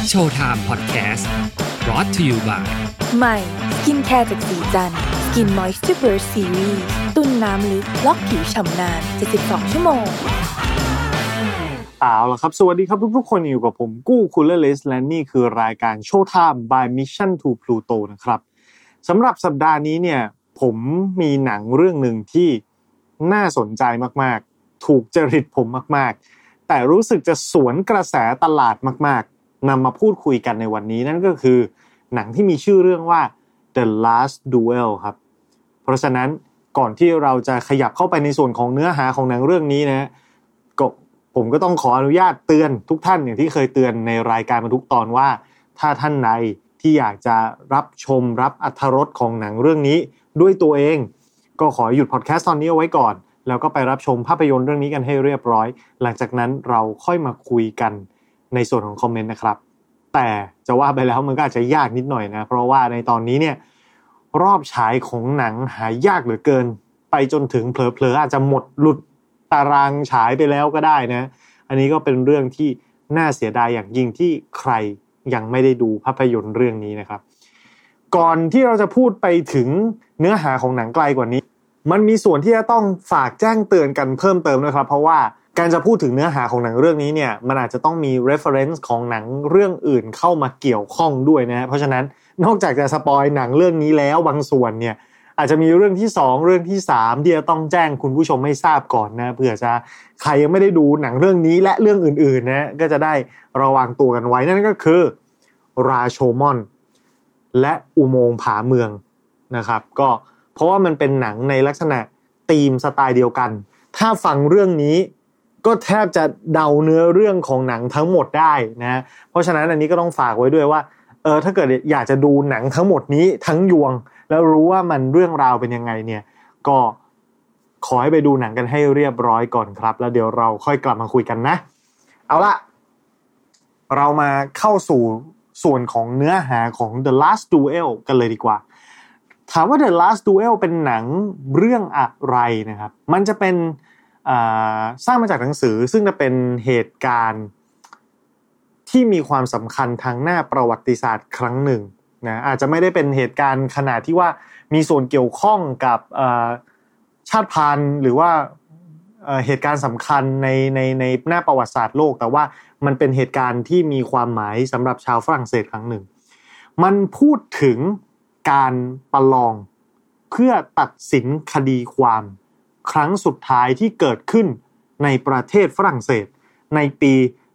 โชว์ไทม์พอดแคสต์ brought to you by ใหม่สกินแคร์จากสีจันทร์สกินมอยส์เจอร์เบิร์สซีรีส์ตุ้นน้ำลึกล็อกผิวฉ่ำนาน72 ชั่วโมงเอาล่ะครับสวัสดีครับทุกๆคนอยู่กับผมกู้คูลเลอร์ลิสและนี่คือรายการ Showtime by Mission to Pluto นะครับสำหรับสัปดาห์นี้เนี่ยผมมีหนังเรื่องนึงที่น่าสนใจมากๆถูกจริตผมมากๆแต่รู้สึกจะสวนกระแสตลาดมากๆนำมาพูดคุยกันในวันนี้นั่นก็คือหนังที่มีชื่อเรื่องว่า The Last Duel ครับเพราะฉะนั้นก่อนที่เราจะขยับเข้าไปในส่วนของเนื้อหาของหนังเรื่องนี้นะผมก็ต้องขออนุญาตเตือนทุกท่านอย่างที่เคยเตือนในรายการมาทุกตอนว่าถ้าท่านใดที่อยากจะรับชมรับอรรถรสของหนังเรื่องนี้ด้วยตัวเองก็ขอหยุดพอดแคสต์ตอนนี้เอาไว้ก่อนแล้วก็ไปรับชมภาพยนตร์เรื่องนี้กันให้เรียบร้อยหลังจากนั้นเราค่อยมาคุยกันในส่วนของคอมเมนต์นะครับแต่จะว่าไปแล้วมันก็อาจจะยากนิดหน่อยนะเพราะว่าในตอนนี้เนี่ยรอบฉายของหนังหายากเหลือเกินไปจนถึงเผลอๆอาจจะหมดหลุดตารางฉายไปแล้วก็ได้นะอันนี้ก็เป็นเรื่องที่น่าเสียดายอย่างยิ่งที่ใครยังไม่ได้ดูภาพยนตร์เรื่องนี้นะครับก่อนที่เราจะพูดไปถึงเนื้อหาของหนังไกลกว่านี้มันมีส่วนที่จะต้องฝากแจ้งเตือนกันเพิ่มเติมด้วยครับเพราะว่าการจะพูดถึงเนื้อหาของหนังเรื่องนี้เนี่ยมันอาจจะต้องมี reference ของหนังเรื่องอื่นเข้ามาเกี่ยวข้องด้วยนะเพราะฉะนั้นนอกจากจะสปอยหนังเรื่องนี้แล้วบางส่วนเนี่ยอาจจะมีเรื่องที่2เรื่องที่3ที่จะต้องแจ้งคุณผู้ชมให้ทราบก่อนนะเผื่อจะใครยังไม่ได้ดูหนังเรื่องนี้และเรื่องอื่นๆนะก็จะได้ระวังตัวกันไว้นั่นก็คือราโชมอนและอุโมงค์ผาเมืองนะครับก็เพราะว่ามันเป็นหนังในลักษณะธีมสไตล์เดียวกันถ้าฟังเรื่องนี้ก็แทบจะเดาเนื้อเรื่องของหนังทั้งหมดได้นะเพราะฉะนั้นอันนี้ก็ต้องฝากไว้ด้วยว่าถ้าเกิดอยากจะดูหนังทั้งหมดนี้ทั้งยวงแล้วรู้ว่ามันเรื่องราวเป็นยังไงเนี่ยก็ขอให้ไปดูหนังกันให้เรียบร้อยก่อนครับแล้วเดี๋ยวเราค่อยกลับมาคุยกันนะเอาล่ะเรามาเข้าสู่ส่วนของเนื้อหาของ The Last Duel กันเลยดีกว่าถามว่า The Last Duel เป็นหนังเรื่องอะไรนะครับมันจะเป็นสร้างมาจากหนังสือซึ่งจะเป็นเหตุการณ์ที่มีความสำคัญทางหน้าประวัติศาสตร์ครั้งหนึ่งนะอาจจะไม่ได้เป็นเหตุการณ์ขนาดที่ว่ามีส่วนเกี่ยวข้องกับชาติพันธุ์หรือว่าเหตุการณ์สำคัญในหน้าประวัติศาสตร์โลกแต่ว่ามันเป็นเหตุการณ์ที่มีความหมายสำหรับชาวฝรั่งเศสครั้งหนึ่งมันพูดถึงการประลองเพื่อตัดสินคดีความครั้งสุดท้ายที่เกิดขึ้นในประเทศฝรั่งเศสในปี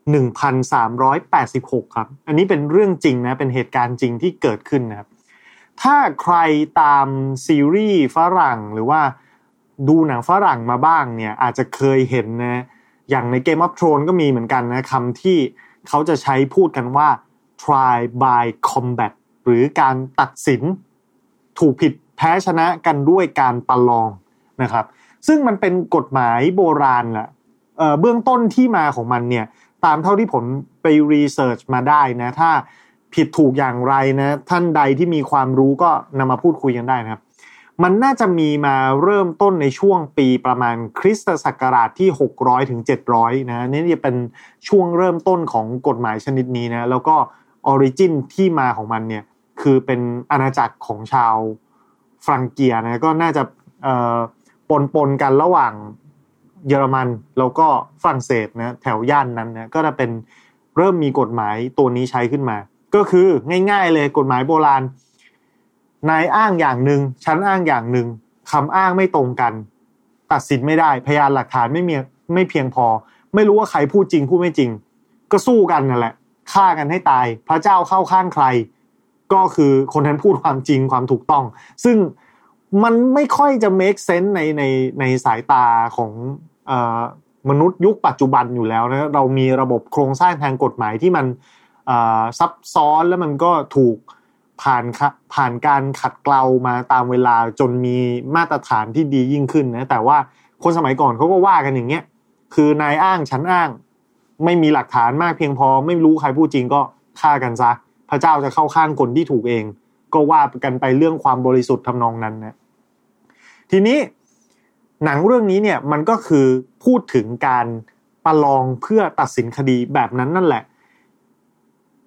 1386ครับอันนี้เป็นเรื่องจริงนะเป็นเหตุการณ์จริงที่เกิดขึ้นนะครับถ้าใครตามซีรีส์ฝรั่งหรือว่าดูหนังฝรั่งมาบ้างเนี่ยอาจจะเคยเห็นนะอย่างใน Game of Thrones ก็มีเหมือนกันนะคำที่เขาจะใช้พูดกันว่า trial by combat หรือการตัดสินถูกผิดแพ้ชนะกันด้วยการประลองนะครับซึ่งมันเป็นกฎหมายโบราณแหละเบื้องต้นที่มาของมันเนี่ยตามเท่าที่ผมไปรีเสิร์ชมาได้นะถ้าผิดถูกอย่างไรนะท่านใดที่มีความรู้ก็นำมาพูดคุยกันได้นะครับมันน่าจะมีมาเริ่มต้นในช่วงปีประมาณคริสตศักราชที่600ถึง700นะนี่จะเป็นช่วงเริ่มต้นของกฎหมายชนิดนี้นะแล้วก็ออริจินที่มาของมันเนี่ยคือเป็นอาณาจักรของชาวฟรังเกียนะก็น่าจะปนกันระหว่างเยอรมันแล้วก็ฝรั่งเศสนะแถวย่านนั้นนะก็จะเป็นเริ่มมีกฎหมายตัวนี้ใช้ขึ้นมาก็คือง่ายๆเลยกฎหมายโบราณนายอ้างอย่างนึงฉันอ้างอย่างนึงคำอ้างไม่ตรงกันตัดสินไม่ได้พยานหลักฐานไม่เพียงพอไม่รู้ว่าใครพูดจริงพูดไม่จริงก็สู้กันนั่นแหละฆ่ากันให้ตายพระเจ้าเข้าข้างใครก็คือคนนั้นพูดความจริงความถูกต้องซึ่งมันไม่ค่อยจะ make sense ในสายตาของมนุษย์ยุคปัจจุบันอยู่แล้วนะเรามีระบบโครงสร้างทางกฎหมายที่มันซับซ้อนแล้วมันก็ถูกผ่านการขัดเกลามาตามเวลาจนมีมาตรฐานที่ดียิ่งขึ้นนะแต่ว่าคนสมัยก่อนเขาก็ว่ากันอย่างเงี้ยคือนายอ้างฉันอ้างไม่มีหลักฐานมากเพียงพอไม่รู้ใครพูดจริงก็ฆ่ากันซะพระเจ้าจะเข้าข้างคนที่ถูกเองก็ว่ากันไปเรื่องความบริสุทธิ์ทำนองนั้นนะทีนี้หนังเรื่องนี้เนี่ยมันก็คือพูดถึงการประลองเพื่อตัดสินคดีแบบนั้นนั่นแหละ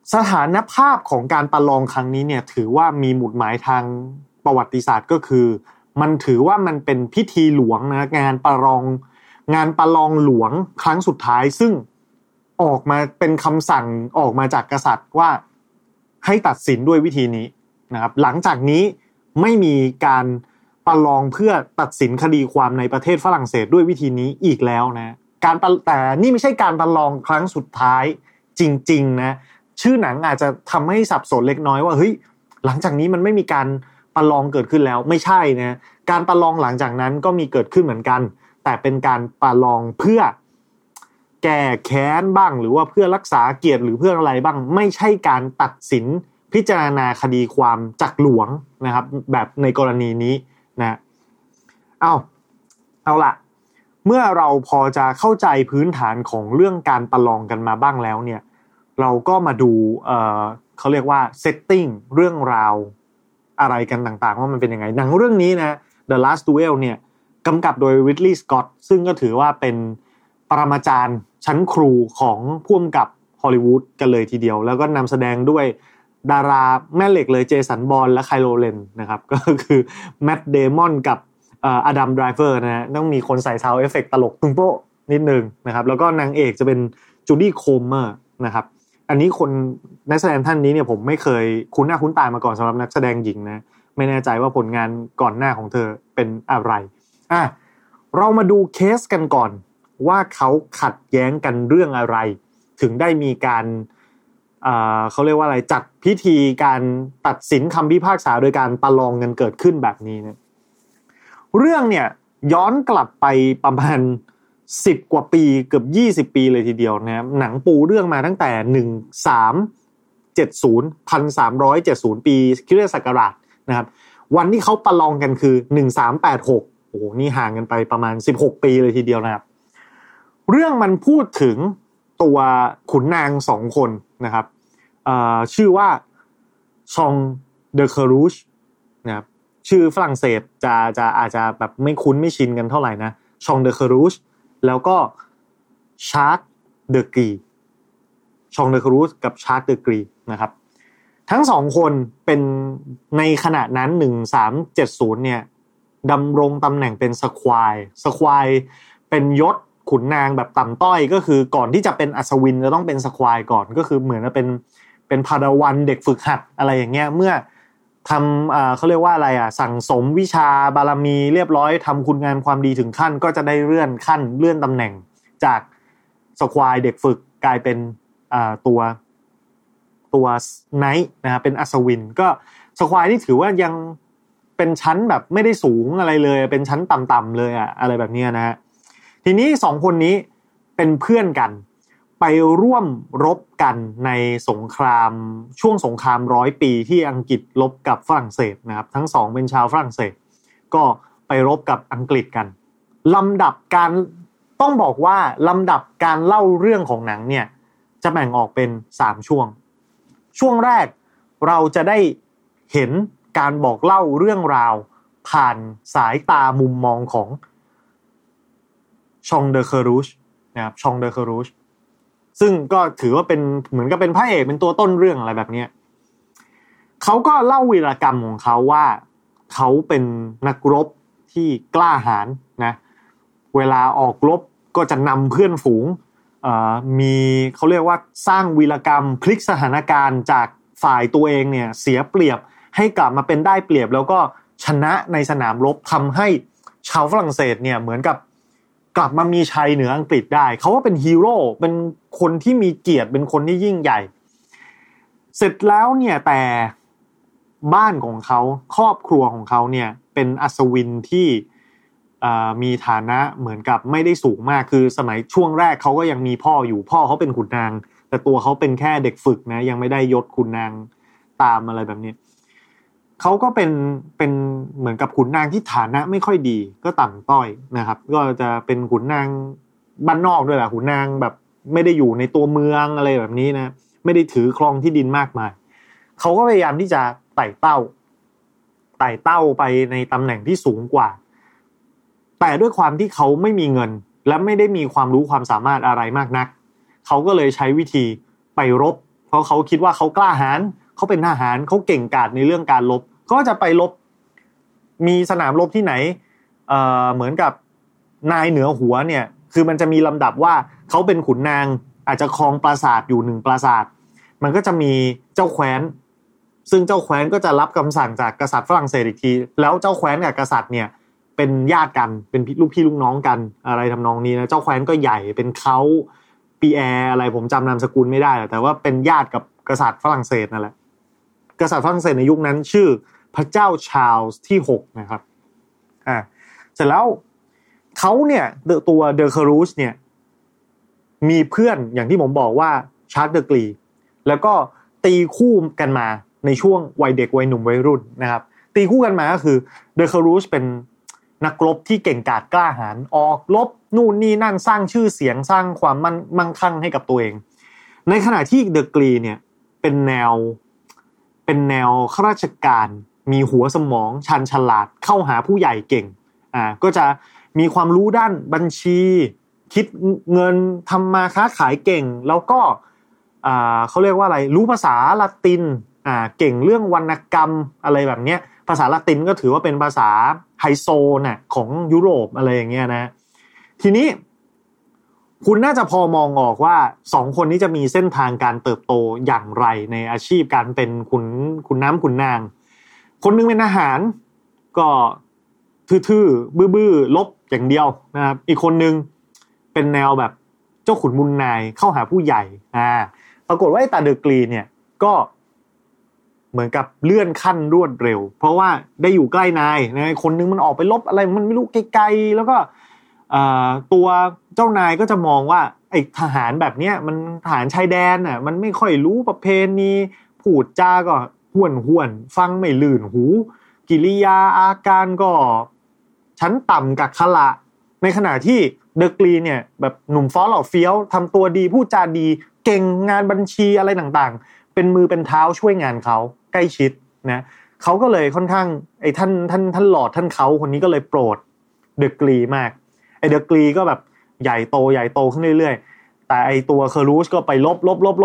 สถานภาพของการประลองครั้งนี้เนี่ยถือว่ามีหมุดหมายทางประวัติศาสตร์ก็คือมันถือว่ามันเป็นพิธีหลวงนะงานประลองหลวงครั้งสุดท้ายซึ่งออกมาเป็นคำสั่งออกมาจากกษัตริย์ว่าให้ตัดสินด้วยวิธีนี้นะครับหลังจากนี้ไม่มีการประลองเพื่อตัดสินคดีความในประเทศฝรั่งเศสด้วยวิธีนี้อีกแล้วนะแต่นี่ไม่ใช่การประลองครั้งสุดท้ายจริงๆนะชื่อหนังอาจจะทำให้สับสนเล็กน้อยว่าเฮ้ยหลังจากนี้มันไม่มีการประลองเกิดขึ้นแล้วไม่ใช่นะการประลองหลังจากนั้นก็มีเกิดขึ้นเหมือนกันแต่เป็นการประลองเพื่อแก้แค้นบ้างหรือว่าเพื่อรักษาเกียรติหรือเพื่ออะไรบ้างไม่ใช่การตัดสินพิจารณาคดีความจากหลวงนะครับแบบในกรณีนี้นะเอาล่ะเมื่อเราพอจะเข้าใจพื้นฐานของเรื่องการประลองกันมาบ้างแล้วเนี่ยเราก็มาดูเขาเรียกว่าเซตติ้งเรื่องราวอะไรกันต่างๆว่ามันเป็นยังไงหนังเรื่องนี้นะ The Last Duel เนี่ยกำกับโดย Ridley Scott ซึ่งก็ถือว่าเป็นปรมาจารย์ชั้นครูของผู้กำกับฮอลลีวูดกันเลยทีเดียวแล้วก็นำแสดงด้วยดาราแม่เหล็กเลยเจสันบอลและไคโรเลนนะครับก็คือแมทเดมอนกับอดัมไดรเวอร์นะฮะต้องมีคนใส่ซาวด์เอฟเฟคตลกตึงโป๊ะนิดนึงนะครับแล้วก็นางเอกจะเป็นจูดี้โคลเมอร์นะครับอันนี้คนนักแสดงท่านนี้เนี่ยผมไม่เคยคุ้นหน้าคุ้นตามาก่อนสำหรับนักแสดงหญิงนะไม่แน่ใจว่าผลงานก่อนหน้าของเธอเป็นอะไรเรามาดูเคสกันก่อนว่าเขาขัดแย้งกันเรื่องอะไรถึงได้มีการเขาเรียกว่าอะไรจัดพิธีการตัดสินคำพิพากษาโดยการประลองกันเกิดขึ้นแบบนี้นะเรื่องเนี่ยย้อนกลับไปประมาณ10กว่าปีเกือบ20ปีเลยทีเดียวนะหนังปูเรื่องมาตั้งแต่1370ปีคริสตศักราชนะครับวันที่เขาประลองกันคือ1386โอ้โหนี่ห่างกันไปประมาณ16ปีเลยทีเดียวนะครับเรื่องมันพูดถึงตัวขุนนาง2คนนะครับชื่อว่าชองเดอเครูชนะครับชื่อฝรั่งเศสจะอาจจะแบบไม่คุ้นไม่ชินกันเท่าไหร่นะชองเดอเครูชแล้วก็ชาร์กเดอกรีชองเดอเครูชกับชาร์กเดอกรีนะครับทั้ง2คนเป็นในขณะนั้น1370เนี่ยดำรงตำแหน่งเป็นสควายเป็นยศขุนนางแบบต่ำต้อยก็คือก่อนที่จะเป็นอัศวินจะต้องเป็นสควายก่อนก็คือเหมือนจะเป็นพาดาวันเด็กฝึกหัดอะไรอย่างเงี้ยเมื่อทำเขาเรียกว่าอะไรสั่งสมวิชาบารมีเรียบร้อยทำคุณงามความดีถึงขั้นก็จะได้เลื่อนขั้นเลื่อนตำแหน่งจากสควายเด็กฝึกกลายเป็นตัวไนท์นะครับเป็นอัศวินก็สควายนี่ถือว่ายังเป็นชั้นแบบไม่ได้สูงอะไรเลยเป็นชั้นต่ำๆเลยอะไรแบบนี้นะฮะทีนี้2คนนี้เป็นเพื่อนกันไปร่วมรบกันในสงครามช่วงสงคราม100ปีที่อังกฤษรบกับฝรั่งเศสนะครับทั้งสองเป็นชาวฝรั่งเศสก็ไปรบกับอังกฤษกันลำดับการต้องบอกว่าลำดับการเล่าเรื่องของหนังเนี่ยจะแบ่งออกเป็น3ช่วงแรกเราจะได้เห็นการบอกเล่าเรื่องราวผ่านสายตามุมมองของชองเดอเครูชนะครับชองเดอเครูชซึ่งก็ถือว่าเป็นเหมือนกับเป็นพระเอกเป็นตัวต้นเรื่องอะไรแบบนี้เขาก็เล่าวีรกรรมของเขาว่าเขาเป็นนักรบที่กล้าหาญนะเวลาออกรบก็จะนำเพื่อนฝูงมีเขาเรียกว่าสร้างวีรกรรมพลิกสถานการณ์จากฝ่ายตัวเองเนี่ยเสียเปรียบให้กลับมาเป็นได้เปรียบแล้วก็ชนะในสนามรบทำให้ชาวฝรั่งเศสเนี่ยเหมือนกับกลับมามีชัยเหนืออังกฤษได้เขาว่าเป็นฮีโร่เป็นคนที่มีเกียรติเป็นคนที่ยิ่งใหญ่เสร็จแล้วเนี่ยแต่บ้านของเขาครอบครัวของเขาเนี่ยเป็นอัศวินที่มีฐานะเหมือนกับไม่ได้สูงมากคือสมัยช่วงแรกเขาก็ยังมีพ่ออยู่พ่อเขาเป็นขุนนางแต่ตัวเขาเป็นแค่เด็กฝึกนะยังไม่ได้ยศขุนนางตามอะไรแบบนี้เขาก็เป็นเหมือนกับขุนนางที่ฐานะไม่ค่อยดีก็ต่ำต้อยนะครับก็จะเป็นขุนนางบ้านนอกด้วยแหละขุนนางแบบไม่ได้อยู่ในตัวเมืองอะไรแบบนี้นะไม่ได้ถือครองที่ดินมากมายเขาก็พยายามที่จะไต่เต้าไปในตำแหน่งที่สูงกว่าแต่ด้วยความที่เขาไม่มีเงินและไม่ได้มีความรู้ความสามารถอะไรมากนักเขาก็เลยใช้วิธีไปรบเพราะเขาคิดว่าเขากล้าหาญเขาเป็นทหารเขาเก่งกาจในเรื่องการรบก็จะไปรบมีสนามรบที่ไหนเหมือนกับนายเหนือหัวเนี่ยคือมันจะมีลำดับว่าเขาเป็นขุนนางอาจจะครองปราสาทอยู่1ปราสาทมันก็จะมีเจ้าแคว้นซึ่งเจ้าแคว้นก็จะรับคำสั่งจากกษัตริย์ฝรั่งเศสอีกทีแล้วเจ้าแคว้นกับกษัตริย์เนี่ยเป็นญาติกันเป็นลูกพี่ลูกน้องกันอะไรทำนองนี้นะเจ้าแคว้นก็ใหญ่เป็นเขาปีแอร์อะไรผมจำนามสกุลไม่ได้แต่ว่าเป็นญาติกับกษัตริย์ฝรั่งเศสนั่นแหละกษัตริย์ฝรั่งเศสในยุคนั้นชื่อพระเจ้าชาร์ลส์ที่6นะครับเสร็จแล้วเขาเนี่ยตัวเดอเคอรูชเนี่ยมีเพื่อนอย่างที่ผมบอกว่าชาร์ลส์เดอกรีแล้วก็ตีคู่กันมาในช่วงวัยเด็กวัยหนุ่มวัยรุ่นนะครับตีคู่กันมาก็คือเดอเคอรูชเป็นนักรบที่เก่งกาจกล้าหาญออกรบนู่นนี่นั่นสร้างชื่อเสียงสร้างความมั่งคั่งให้กับตัวเองในขณะที่เดอกรีเนี่ยเป็นแนวข้าราชการมีหัวสมองชันฉลาดเข้าหาผู้ใหญ่เก่งก็จะมีความรู้ด้านบัญชีคิดเงินทำมาค้าขายเก่งแล้วก็เขาเรียกว่าอะไรรู้ภาษาละตินเก่งเรื่องวรรณกรรมอะไรแบบเนี้ยภาษาละตินก็ถือว่าเป็นภาษาไฮโซน่ะของยุโรปอะไรอย่างเงี้ยนะทีนี้คุณน่าจะพอมองออกว่า2คนนี้จะมีเส้นทางการเติบโตอย่างไรในอาชีพการเป็นขุนน้ำขุนนางคนนึงเป็นทหารก็ทื่อๆบื้อๆลบอย่างเดียวนะครับอีกคนนึงเป็นแนวแบบเจ้าขุนมุลนายเข้าหาผู้ใหญ่ปรากฏว่าไอ้ตาเดอกรีเนี่ยก็เหมือนกับเลื่อนขั้นรวดเร็วเพราะว่าได้อยู่ใกล้นายนะคนนึงมันออกไปลบอะไรมันไม่รู้ไกลๆแล้วก็ตัวเจ้านายก็จะมองว่าไอ้ทหารแบบเนี้ยมันทหารชายแดนน่ะมันไม่ค่อยรู้ประเพณีพูดจาก็ห้วนฟังไม่ลื่นหูกิริยาอาการก็ชั้นต่ำกักขละในขณะที่เดอกรีเนี่ยแบบหนุ่มฟ้อหล่อเฟี้ยวทำตัวดีพูดจาดีเก่งงานบัญชีอะไรต่างๆเป็นมือเป็นเท้าช่วยงานเขาใกล้ชิดนะเขาก็เลยค่อนข้างไอ้ท่านหลอดท่านเขาคนนี้ก็เลยโปรดเดอกรีมากไอ้เดอกรีก็แบบใหญ่โตขึ้นเรื่อยๆแต่ไอ้ตัวเคอรูชก็ไปล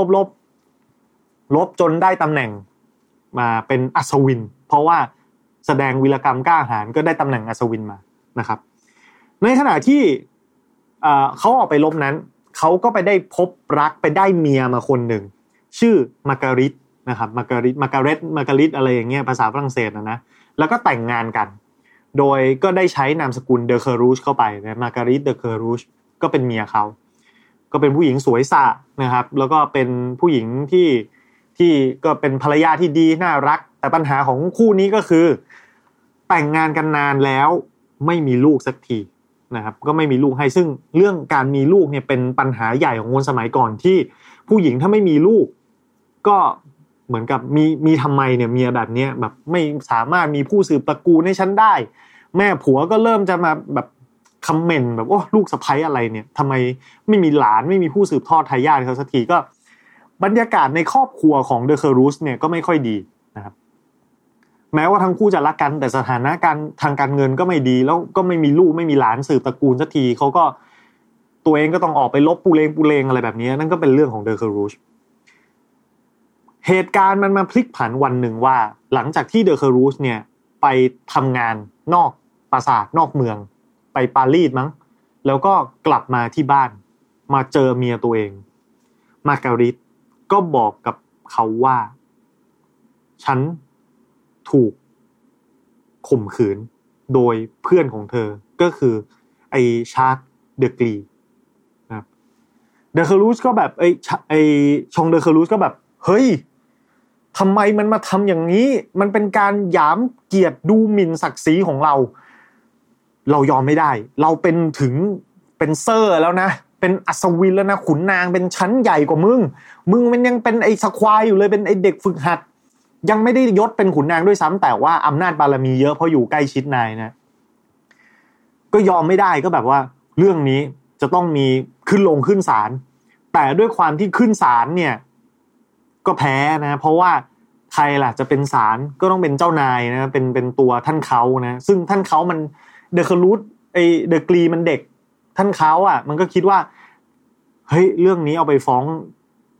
บจนได้ตำแหน่งมาเป็นอัศวินเพราะว่าแสดงวีรกรรมกล้าหาญก็ได้ตำแหน่งอัศวินมานะครับในขณะที่เขาออกไปลบนั้นเขาก็ไปได้พบรักไปได้เมียมาคนหนึ่งชื่อมาการิตนะครับมาการิตอะไรอย่างเงี้ยภาษาฝรั่งเศสนะแล้วก็แต่งงานกันโดยก็ได้ใช้นามสกุลเดอเคอรูชเข้าไปนะมาการิตเดอเคอรูชก็เป็นเมียเขาก็เป็นผู้หญิงสวยสะนะครับแล้วก็เป็นผู้หญิงที่ก็เป็นภรรยาที่ดีน่ารักแต่ปัญหาของคู่นี้ก็คือแต่งงานกันนานแล้วไม่มีลูกสักทีนะครับก็ไม่มีลูกให้ซึ่งเรื่องการมีลูกเนี่ยเป็นปัญหาใหญ่ของคนสมัยก่อนที่ผู้หญิงถ้าไม่มีลูกก็เหมือนกับมีทำไมเนี่ยเมียแบบเนี้ยแบบไม่สามารถมีผู้สืบตระกูลให้ฉันได้แม่ผัวก็เริ่มจะมาแบบคอมเมนต์แบบโอ้ลูกสะใภ้อะไรเนี่ยทำไมไม่มีหลานไม่มีผู้สืบทอดทายาทเขาสักทีก็บรรยากาศในครอบครัวของเดอเคอรูชเนี่ยก็ไม่ค่อยดีนะครับแม้ว่าทั้งคู่จะรักกันแต่สถานะการทางการเงินก็ไม่ดีแล้วก็ไม่มีลูกไม่มีหลานสืบตระกูลสักทีเขาก็ตัวเองก็ต้องออกไปลบปูเลงอะไรแบบนี้นั่นก็เป็นเรื่องของเดอเคอรูชเหตุการณ์มันมาพลิกผันวันหนึ่งว่าหลังจากที่เดอเคอรูชเนี่ยไปทำงานนอกปราสาทนอกเมืองไปปารีสมั้งแล้วก็กลับมาที่บ้านมาเจอเมียตัวเองมาการิตก็บอกกับเขาว่าฉันถูกข่มขืนโดยเพื่อนของเธอก็คือไอ้ชาร์ลส์เดอกรีนะครับเดอเคอรูชก็แบบไอ้ชองเดอเคอรูชก็แบบเฮ้ยทำไมมันมาทำอย่างนี้มันเป็นการหยามเกียรติดูหมิ่นศักดิ์ศรีของเรายอมไม่ได้เราเป็นเซอร์แล้วนะเป็นอัศวินแล้วนะขุนนางเป็นชั้นใหญ่กว่ามึงมันยังเป็นไอ้สควายอยู่เลยเป็นไอ้เด็กฝึกหัดยังไม่ได้ยศเป็นขุนนางด้วยซ้ำแต่ว่าอำนาจบารมีเยอะเพราะอยู่ใกล้ชิดนายนะก็ยอมไม่ได้ก็แบบว่าเรื่องนี้จะต้องมีขึ้นศาลแต่ด้วยความที่ขึ้นศาลเนี่ยก็แพ้นะเพราะว่าใครล่ะจะเป็นศาลก็ต้องเป็นเจ้านายนะเป็นตัวท่านเขานะซึ่งท่านเขามันเดอเคอรูชไอ้เดอกรีมันเด็กท่านเขาอ่ะมันก็คิดว่าเฮ้ยเรื่องนี้เอาไปฟ้อง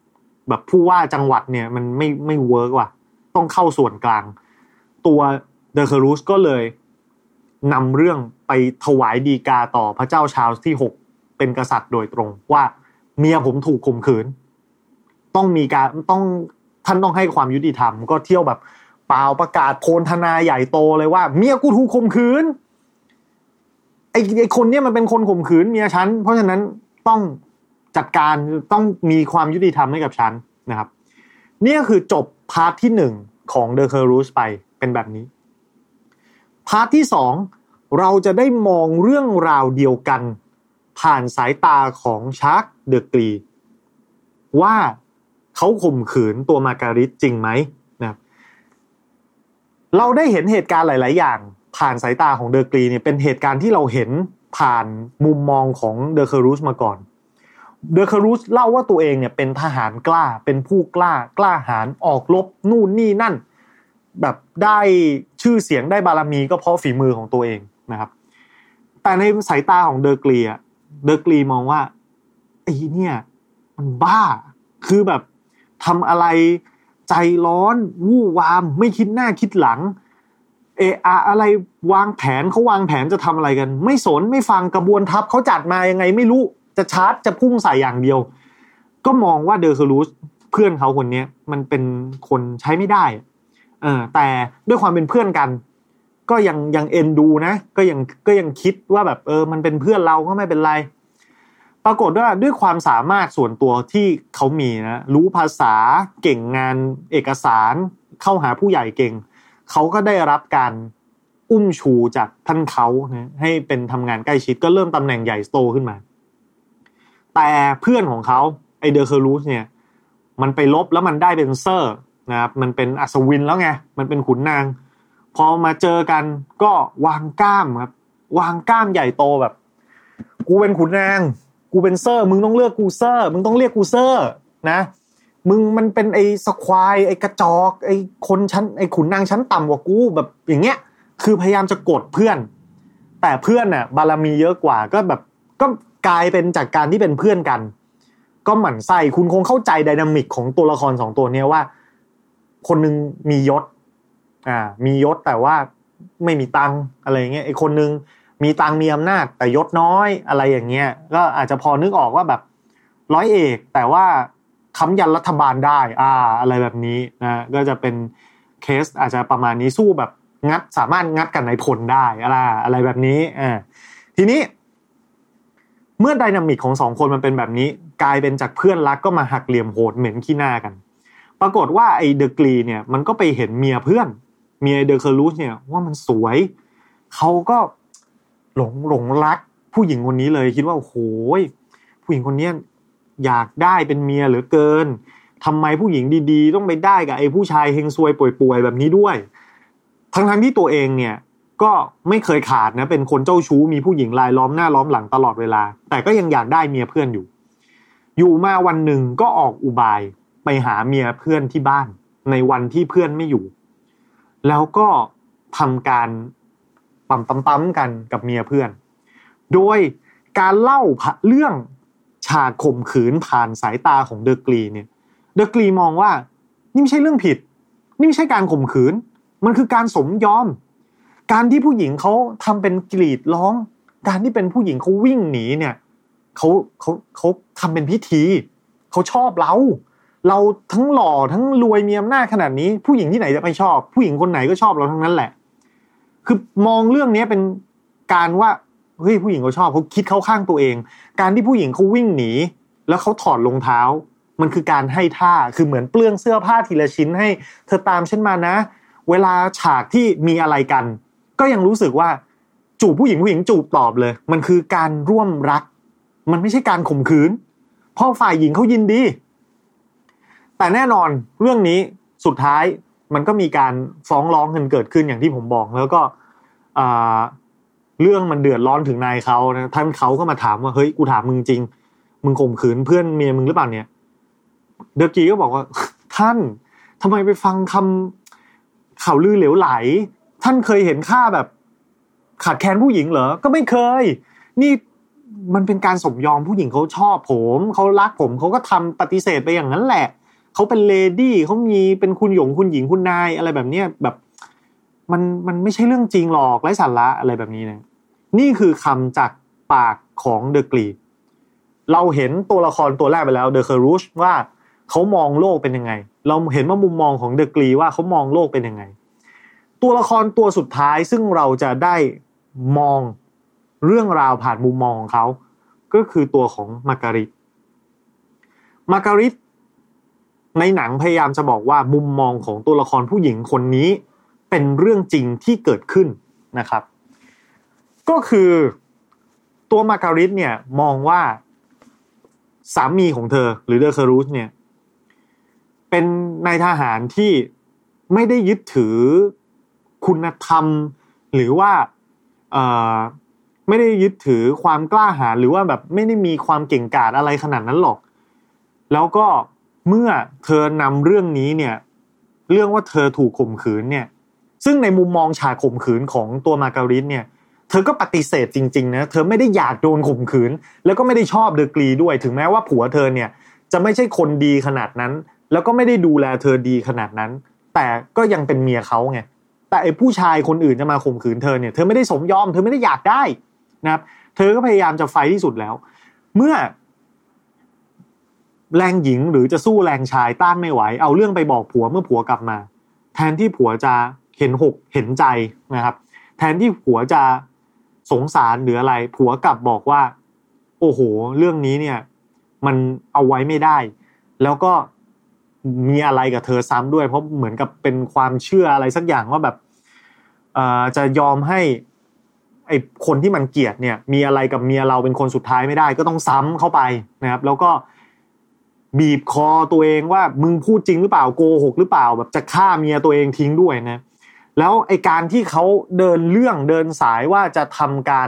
แบบผู้ว่าจังหวัดเนี่ยมันไม่เวิร์กว่ะต้องเข้าส่วนกลางตัวเดอเคอรูสก็เลยนำเรื่องไปถวายฎีกาต่อพระเจ้าชาร์ลส์ที่6เป็นกษัตริย์โดยตรงว่าเมียผมถูกข่มขืนต้องมีการท่านต้องให้ความยุติธรรมก็เที่ยวแบบเปล่าประกาศโพลธนาใหญ่โตเลยว่าเมียกูถูกข่มขืนไอ้คนเนี้ยมันเป็นคนข่มขืนเมียฉันเพราะฉะนั้นต้องจัดการต้องมีความยุติธรรมให้กับฉันนะครับนี่คือจบพาร์ทที่1ของ The Curus ไปเป็นแบบนี้พาร์ทที่2เราจะได้มองเรื่องราวเดียวกันผ่านสายตาของชาร์กเดอะกรีว่าเขาข่มขืนตัวมาการิตจริงไหมนะครับเราได้เห็นเหตุการณ์หลายๆอย่างผ่านสายตาของเดอะกรีเนี่ยเป็นเหตุการณ์ที่เราเห็นผ่านมุมมองของเดอะเคอรูสมาก่อนเดอะเคอรูสเล่าว่าตัวเองเนี่ยเป็นทหารกล้าเป็นผู้กล้าหาญออกรบนู่นนี่นั่นแบบได้ชื่อเสียงได้บารมีก็เพราะฝีมือของตัวเองนะครับแต่ในสายตาของเดอะกรีมองว่าไอ้เนี่ยมันบ้าคือแบบทำอะไรใจร้อนวู่วามไม่คิดหน้าคิดหลังอะไรวางแผนเขาวางแผนจะทำอะไรกันไม่สนไม่ฟังกระบวนทัพเขาจัดมายังไงไม่รู้จะชาร์จจะพุ่งใส่อย่างเดียวก็มองว่าเดอเคอรูสเพื่อนเขาคนนี้มันเป็นคนใช้ไม่ได้แต่ด้วยความเป็นเพื่อนกันก็ยังเอ็นดูนะก็ยังคิดว่าแบบมันเป็นเพื่อนเราก็ไม่เป็นไรปรากฏว่าด้วยความสามารถส่วนตัวที่เขามีนะรู้ภาษาเก่งงานเอกสารเข้าหาผู้ใหญ่เก่งเขาก็ได้รับการอุ้มชูจากท่านเขานะให้เป็นทำงานใกล้ชิดก็เริ่มตำแหน่งใหญ่โตขึ้นมาแต่เพื่อนของเขาไอเดอเคอรูสเนี่ยมันไปลบแล้วมันได้เป็นเซอร์นะครับมันเป็นอัศวินแล้วไงมันเป็นขุนนางพอมาเจอกันก็วางกล้ามครับวางกล้ามใหญ่โตแบบกูเป็นขุนนางกูเป็นเซอร์มึงต้องเลือกกูเซอร์มึงต้องเรียกกูเซอร์นะมึงมันเป็นไอ้สควายไอ้กระจอกไอ้คนชั้นไอ้ขุนนางชั้นต่ำกว่ากูแบบอย่างเงี้ยคือพยายามจะกดเพื่อนแต่เพื่อนน่ะบารมีเยอะกว่าก็แบบก็กลายเป็นจากการที่เป็นเพื่อนกันก็หมั่นไส้คุณคงเข้าใจไดนามิกของตัวละคร2ตัวนี้ว่าคนนึงมียศมียศแต่ว่าไม่มีตังค์อะไรอย่างเงี้ยไอ้คนนึงมีตังค์มีอำนาจแต่ยศน้อยอะไรอย่างเงี้ยก็อาจจะพอนึกออกว่าแบบร้อยเอกแต่ว่าค้ำยันรัฐบาลได้อะไรแบบนี้นะก็จะเป็นเคสอาจจะประมาณนี้สู้แบบสามารถงัดกันในพลได้อะไรแบบนี้ทีนี้เมื่อไดนามิกของ2คนมันเป็นแบบนี้กลายเป็นจากเพื่อนรักก็มาหักเหลี่ยมโหดเหม็นขี้หน้ากันปรากฏว่าไอ้เดอะกรีเนี่ยมันก็ไปเห็นเมียเพื่อนเมียเดอเคอรูสเนี่ยว่ามันสวยเขาก็หลงรักผู้หญิงคนนี้เลยคิดว่าโอ้โหผู้หญิงคนนี้อยากได้เป็นเมียเหลือเกินทำไมผู้หญิงดีๆต้องไปได้กับไอ้ผู้ชายเฮงซวยป่วยๆแบบนี้ด้วยทั้งที่ตัวเองเนี่ยก็ไม่เคยขาดนะเป็นคนเจ้าชู้มีผู้หญิงรายล้อมหน้าล้อมหลังตลอดเวลาแต่ก็ยังอยากได้เมียเพื่อนอยู่มาวันหนึ่งก็ออกอุบายไปหาเมียเพื่อนที่บ้านในวันที่เพื่อนไม่อยู่แล้วก็ทำการปั๊มกันกับเมียเพื่อนโดยการเล่าเรื่องฉากข่มขืนผ่านสายตาของเดอะกรีเนี่ยเดอะกรีมองว่านี่ไม่ใช่เรื่องผิดนี่ไม่ใช่การข่มขืนมันคือการสมยอมการที่ผู้หญิงเขาทำเป็นกรีดร้องการที่เป็นผู้หญิงเขาวิ่งหนีเนี่ยเขาทำเป็นพิธีเขาชอบเราทั้งหล่อทั้งรวยมีอำนาจขนาดนี้ผู้หญิงที่ไหนจะไม่ชอบผู้หญิงคนไหนก็ชอบเราทั้งนั้นแหละคือมองเรื่องนี้เป็นการว่าเฮ้ยผู้หญิงเขาชอบเขาคิดเข้าข้างตัวเองการที่ผู้หญิงเขาวิ่งหนีแล้วเขาถอดรองเท้ามันคือการให้ท่าคือเหมือนเปลื้องเสื้อผ้าทีละชิ้นให้เธอตามฉันมานะเวลาฉากที่มีอะไรกันก็ยังรู้สึกว่าจูบผู้หญิงจูบตอบเลยมันคือการร่วมรักมันไม่ใช่การข่มขืนเพราะฝ่ายหญิงเขายินดีแต่แน่นอนเรื่องนี้สุดท้ายมันก็มีการฟ้องร้องกันเกิดขึ้นอย่างที่ผมบอกแล้วก็เรื่องมันเดือดร้อนถึงนายเขานะท่านเขาก็มาถามว่าเฮ้ยกูถามมึงจริงมึงข่มขืนเพื่อนเมียมึงหรือเปล่าเนี่ยเดอะกีก็บอกว่าท่านทำไมไปฟังคำข่าวลือเหลวไหลท่านเคยเห็นข้าแบบขาดแคลนผู้หญิงเหรอก็ไม่เคยนี่มันเป็นการสมยอมผู้หญิงเขาชอบผมเขารักผมเขาก็ทำปฏิเสธไปอย่างนั้นแหละเขาเป็นเลดี้เขามีเป็นคุณหญิงคุณนายอะไรแบบเนี้ยแบบมันไม่ใช่เรื่องจริงหรอกไร้สาระอะไรแบบนี้นะนี่คือคำจากปากของเดอะกรีเราเห็นตัวละครตัวแรกไปแล้วเดอะเคอรูชว่าเขามองโลกเป็นยังไงเราเห็นว่ามุมมองของเดอะกรีว่าเขามองโลกเป็นยังไงตัวละครตัวสุดท้ายซึ่งเราจะได้มองเรื่องราวผ่านมุมมองของเขาก็คือตัวของมาการิตในหนังพยายามจะบอกว่ามุมมองของตัวละครผู้หญิงคนนี้เป็นเรื่องจริงที่เกิดขึ้นนะครับก็คือตัวมาการิตเนี่ยมองว่าสามีของเธอหรือเดอเคอรูชเนี่ยเป็นนายทหารที่ไม่ได้ยึดถือคุณธรรมหรือว่าไม่ได้ยึดถือความกล้าหาญหรือว่าแบบไม่ได้มีความเก่งกาจอะไรขนาดนั้นหรอกแล้วก็เมื่อเธอนำเรื่องนี้เนี่ยเรื่องว่าเธอถูกข่มขืนเนี่ยซึ่งในมุมมองฉากข่มขืนของตัวมาการิตเนี่ยเธอก็ปฏิเสธจริงๆนะเธอไม่ได้อยากโดนข่มขืนแล้วก็ไม่ได้ชอบเดอะกรีด้วยถึงแม้ว่าผัวเธอเนี่ยจะไม่ใช่คนดีขนาดนั้นแล้วก็ไม่ได้ดูแลเธอดีขนาดนั้นแต่ก็ยังเป็นเมียเขาไงแต่ไอ้ผู้ชายคนอื่นจะมาข่มขืนเธอเนี่ยเธอไม่ได้สมยอมเธอไม่ได้อยากได้นะครับเธอก็พยายามจะไฟที่สุดแล้วเมื่อแรงหญิงหรือจะสู้แรงชายต้านไม่ไหวเอาเรื่องไปบอกผัวเมื่อผัวกลับมาแทนที่ผัวจะเห็นใจนะครับแทนที่ผัวจะสงสารหรืออะไรผัวกลับบอกว่าโอ้โหเรื่องนี้เนี่ยมันเอาไว้ไม่ได้แล้วก็มีอะไรกับเธอซ้ำด้วยเพราะเหมือนกับเป็นความเชื่ออะไรสักอย่างว่าแบบจะยอมให้ไอ้คนที่มันเกลียดเนี่ยมีอะไรกับเมียเราเป็นคนสุดท้ายไม่ได้ก็ต้องซ้ำเข้าไปนะครับแล้วก็บีบคอตัวเองว่ามึงพูดจริงหรือเปล่าโกหกหรือเปล่าแบบจะฆ่าเมียตัวเองทิ้งด้วยนะแล้วไอ้การที่เขาเดินสายว่าจะทำการ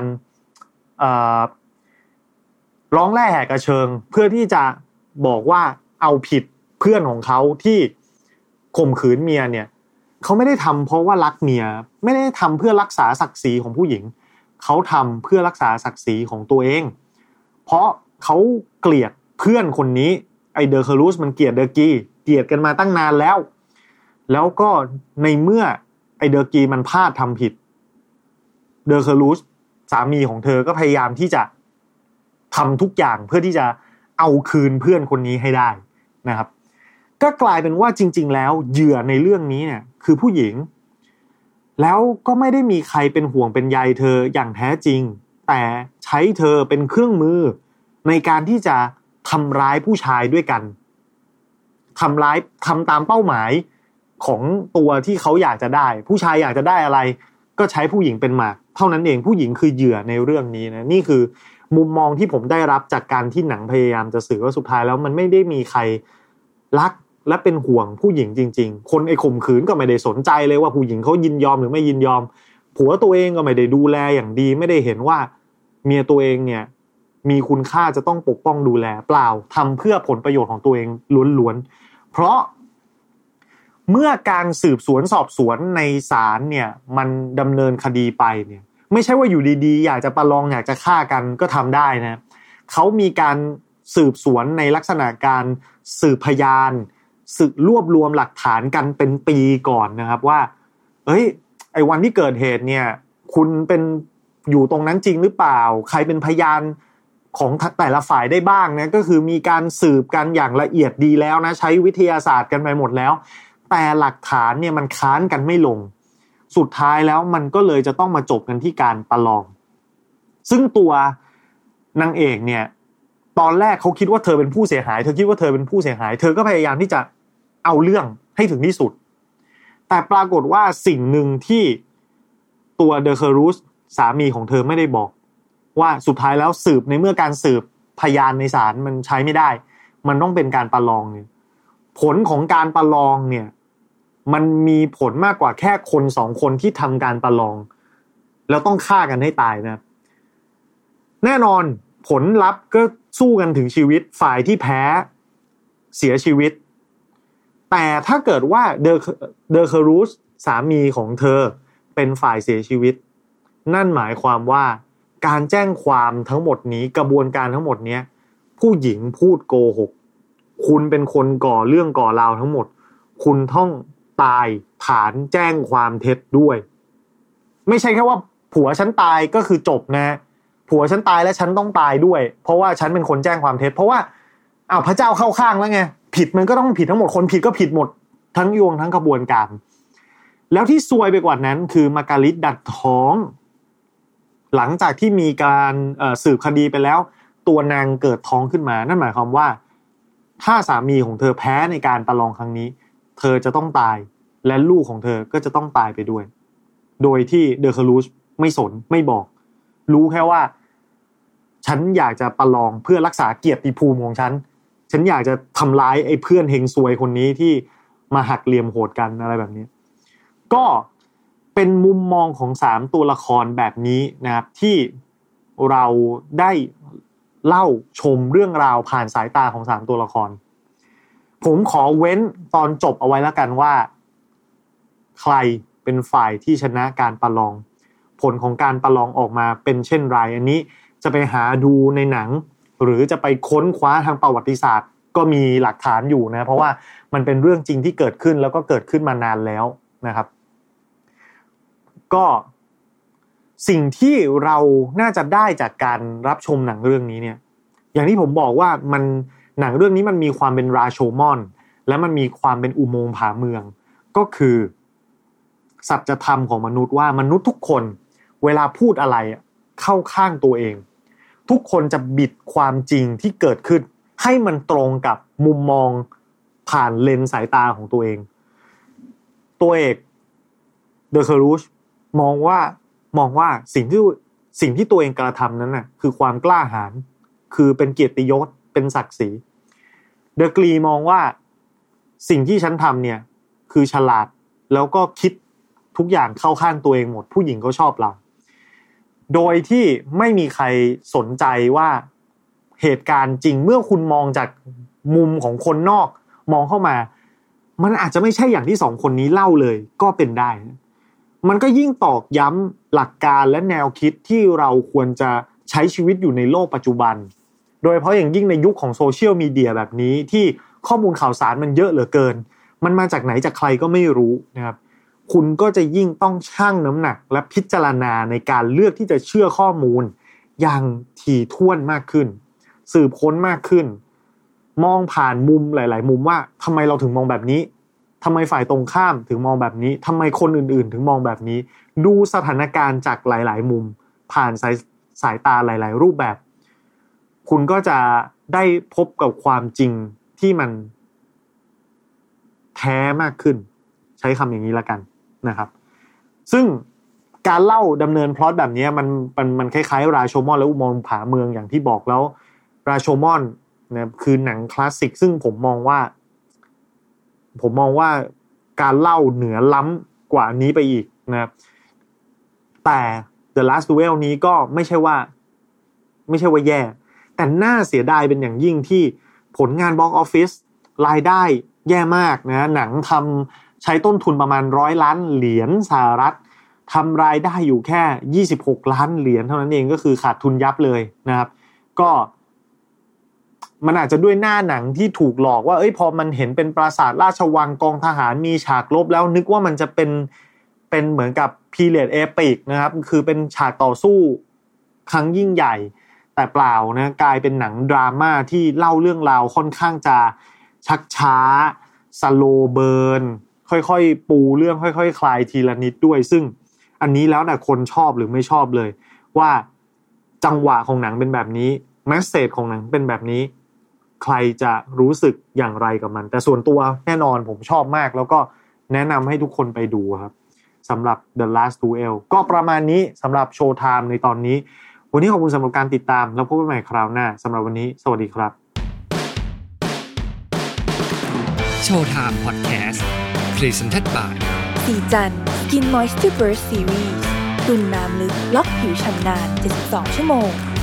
ร้องแร่แหกกระเชิงเพื่อที่จะบอกว่าเอาผิดเพื่อนของเขาที่ข่มขืนเมียเนี่ยเขาไม่ได้ทำเพราะว่ารักเมียไม่ได้ทำเพื่อรักษาศักดิ์ศรีของผู้หญิงเขาทำเพื่อรักษาศักดิ์ศรีของตัวเองเพราะเขาเกลียดเพื่อนคนนี้ไอเดอเคอรูชมันเกลียดเดอร์กีเกลียดกันมาตั้งนานแล้วก็ในเมื่อไอเดอร์กีมันพลาดทำผิดเดอเคอรูชสามีของเธอก็พยายามที่จะทำทุกอย่างเพื่อที่จะเอาคืนเพื่อนคนนี้ให้ได้นะครับก็กลายเป็นว่าจริงๆแล้วเหยื่อในเรื่องนี้เนี่ยคือผู้หญิงแล้วก็ไม่ได้มีใครเป็นห่วงเป็นใยเธออย่างแท้จริงแต่ใช้เธอเป็นเครื่องมือในการที่จะทำร้ายผู้ชายด้วยกันทำตามเป้าหมายของตัวที่เขาอยากจะได้ผู้ชายอยากจะได้อะไรก็ใช้ผู้หญิงเป็นหมากเท่านั้นเองผู้หญิงคือเหยื่อในเรื่องนี้นะนี่คือมุมมองที่ผมได้รับจากการที่หนังพยายามจะสื่อว่าสุดท้ายแล้วมันไม่ได้มีใครรักและเป็นห่วงผู้หญิงจริงๆคนไอ้ข่มขืนก็ไม่ได้สนใจเลยว่าผู้หญิงเขายินยอมหรือไม่ยินยอมผัวตัวเองก็ไม่ได้ดูแลอย่างดีไม่ได้เห็นว่าเมียตัวเองเนี่ยมีคุณค่าจะต้องปกป้องดูแลเปล่าทำเพื่อผลประโยชน์ของตัวเองล้วนๆเพราะเมื่อการสืบสวนสอบสวนในศาลเนี่ยมันดำเนินคดีไปเนี่ยไม่ใช่ว่าอยู่ดีๆอยากจะประลองอยากจะฆ่ากันก็ทำได้นะเขามีการสืบสวนในลักษณะการสืบพยานสืบรวบรวมหลักฐานกันเป็นปีก่อนนะครับว่าเอ้ยไอ้วันที่เกิดเหตุเนี่ยคุณเป็นอยู่ตรงนั้นจริงหรือเปล่าใครเป็นพยานของแต่ละฝ่ายได้บ้างนะก็คือมีการสืบกันอย่างละเอียดดีแล้วนะใช้วิทยาศาสตร์กันไปหมดแล้วแต่หลักฐานเนี่ยมันค้านกันไม่ลงสุดท้ายแล้วมันก็เลยจะต้องมาจบกันที่การประลองซึ่งตัวนางเอกเนี่ยตอนแรกเขาคิดว่าเธอเป็นผู้เสียหายเธอคิดว่าเธอเป็นผู้เสียหายเธอก็พยายามที่จะเอาเรื่องให้ถึงที่สุดแต่ปรากฏว่าสิ่งหนึ่งที่ตัวเดอเคอรูชสามีของเธอไม่ได้บอกว่าสุดท้ายแล้วสืบในเมื่อการสืบพยานในศาลมันใช้ไม่ได้มันต้องเป็นการประลองเนี่ยผลของการประลองเนี่ยมันมีผลมากกว่าแค่คน2คนที่ทำการประลองแล้วต้องฆ่ากันให้ตายนะแน่นอนผลลัพธ์ก็สู้กันถึงชีวิตฝ่ายที่แพ้เสียชีวิตแต่ถ้าเกิดว่าเดอเคอรูชสามีของเธอเป็นฝ่ายเสียชีวิตนั่นหมายความว่าการแจ้งความทั้งหมดนี้กระบวนการทั้งหมดนี้ผู้หญิงพูดโกหกคุณเป็นคนก่อเรื่องก่อราวทั้งหมดคุณต้องตายฐานแจ้งความเท็จด้วยไม่ใช่แค่ว่าผัวฉันตายก็คือจบนะผัวฉันตายแล้วฉันต้องตายด้วยเพราะว่าฉันเป็นคนแจ้งความเท็จเพราะว่าพระเจ้าเข้าข้างแล้วไงผิดมันก็ต้องผิดทั้งหมดคนผิดก็ผิดหมดทั้งยวงทั้งกระบวนการแล้วที่ซวยไปกว่านั้นคือมาการิตดัดท้องหลังจากที่มีการสืบคดีไปแล้วตัวนางเกิดท้องขึ้นมานั่นหมายความว่าถ้าสามีของเธอแพ้ในการประลองครั้งนี้เธอจะต้องตายและลูกของเธอก็จะต้องตายไปด้วยโดยที่เดอคารูชไม่สนไม่บอกรู้แค่ว่าฉันอยากจะประลองเพื่อรักษาเกียรติภูมิของฉันอยากจะทำร้ายไอ้เพื่อนเฮงซวยคนนี้ที่มาหักเหลี่ยมโหดกันอะไรแบบนี้ก็เป็นมุมมองของ3ตัวละครแบบนี้นะครับที่เราได้เล่าชมเรื่องราวผ่านสายตาของ3ตัวละครผมขอเว้นตอนจบเอาไว้แล้วกันว่าใครเป็นฝ่ายที่ชนะการประลองผลของการประลองออกมาเป็นเช่นไรอันนี้จะไปหาดูในหนังหรือจะไปค้นคว้าทางประวัติศาสตร์ก็มีหลักฐานอยู่นะเพราะว่ามันเป็นเรื่องจริงที่เกิดขึ้นแล้วก็เกิดขึ้นมานานแล้วนะครับก็สิ่งที่เราน่าจะได้จากการรับชมหนังเรื่องนี้เนี่ยอย่างที่ผมบอกว่ามันหนังเรื่องนี้มันมีความเป็นราโชมอนและมันมีความเป็นอุโมงค์ผาเมืองก็คือสัจธรรมของมนุษย์ว่ามนุษย์ทุกคนเวลาพูดอะไรเข้าข้างตัวเองทุกคนจะบิดความจริงที่เกิดขึ้นให้มันตรงกับมุมมองผ่านเลนส์สายตาของตัวเองตัวเอกเดอคารูชมองว่าสิ่งที่ตัวเองกระทำนั้นน่ะคือความกล้าหาญคือเป็นเกียรติยศเป็นศักดิ์ศรีเดอกรีมองว่าสิ่งที่ฉันทำเนี่ยคือฉลาดแล้วก็คิดทุกอย่างเข้าข้างตัวเองหมดผู้หญิงก็ชอบเราโดยที่ไม่มีใครสนใจว่าเหตุการณ์จริงเมื่อคุณมองจากมุมของคนนอกมองเข้ามามันอาจจะไม่ใช่อย่างที่2คนนี้เล่าเลยก็เป็นได้มันก็ยิ่งตอกย้ำหลักการและแนวคิดที่เราควรจะใช้ชีวิตอยู่ในโลกปัจจุบันโดยเฉพาะอย่างยิ่งในยุคของโซเชียลมีเดียแบบนี้ที่ข้อมูลข่าวสารมันเยอะเหลือเกินมันมาจากไหนจากใครก็ไม่รู้นะครับคุณก็จะยิ่งต้องชั่งน้ำหนักและพิจารณาในการเลือกที่จะเชื่อข้อมูลอย่างถี่ถ้วนมากขึ้นสืบค้นมากขึ้นมองผ่านมุมหลายๆมุมว่าทำไมเราถึงมองแบบนี้ทำไมฝ่ายตรงข้ามถึงมองแบบนี้ทำไมคนอื่นๆถึงมองแบบนี้ดูสถานการณ์จากหลายๆมุมผ่านสายตาหลายๆรูปแบบคุณก็จะได้พบกับความจริงที่มันแท้มากขึ้นใช้คำอย่างนี้ละกันนะครับซึ่งการเล่าดำเนินพล็อตแบบนี้มันคล้ายๆราโชมอนและอุโมงค์ผาเมืองอย่างที่บอกแล้วราโชมอนนะคือหนังคลาสสิกซึ่งผมมองว่าการเล่าเหนือล้ำกว่านี้ไปอีกนะครับแต่ The Last Duel นี้ก็ไม่ใช่ว่าแย่แต่น่าเสียดายเป็นอย่างยิ่งที่ผลงาน Box Office รายได้แย่มากนะหนังทำใช้ต้นทุนประมาณ100 ล้านเหรียญสหรัฐทำรายได้อยู่แค่26 ล้านเหรียญเท่านั้นเองก็คือขาดทุนยับเลยนะครับก็มันอาจจะด้วยหน้าหนังที่ถูกหลอกว่าพอมันเห็นเป็นปราสาทราชวังกองทหารมีฉากรบแล้วนึกว่ามันจะเป็นเหมือนกับ period epic นะครับคือเป็นฉากต่อสู้ครั้งยิ่งใหญ่แต่เปล่านะกลายเป็นหนังดราม่าที่เล่าเรื่องราวค่อนข้างจะชักช้าสโลว์เบิร์นค่อยๆปูเรื่องค่อยๆคลายทีละนิดด้วยซึ่งอันนี้แล้วแต่คนชอบหรือไม่ชอบเลยว่าจังหวะของหนังเป็นแบบนี้แมสเสจของหนังเป็นแบบนี้ใครจะรู้สึกอย่างไรกับมันแต่ส่วนตัวแน่นอนผมชอบมากแล้วก็แนะนำให้ทุกคนไปดูครับสำหรับ The Last Duel ก็ประมาณนี้สำหรับ Showtime ในตอนนี้วันนี้ขอบคุณสำหรับการติดตามแล้วพบกันใหม่คราวหน้าสำหรับวันนี้สวัสดีครับ Showtime Podcast Presented by สีจัน Skin Moisture Burst Series ตุ่นน้ำลึกล็อกผิวชำนาน72 ชั่วโมง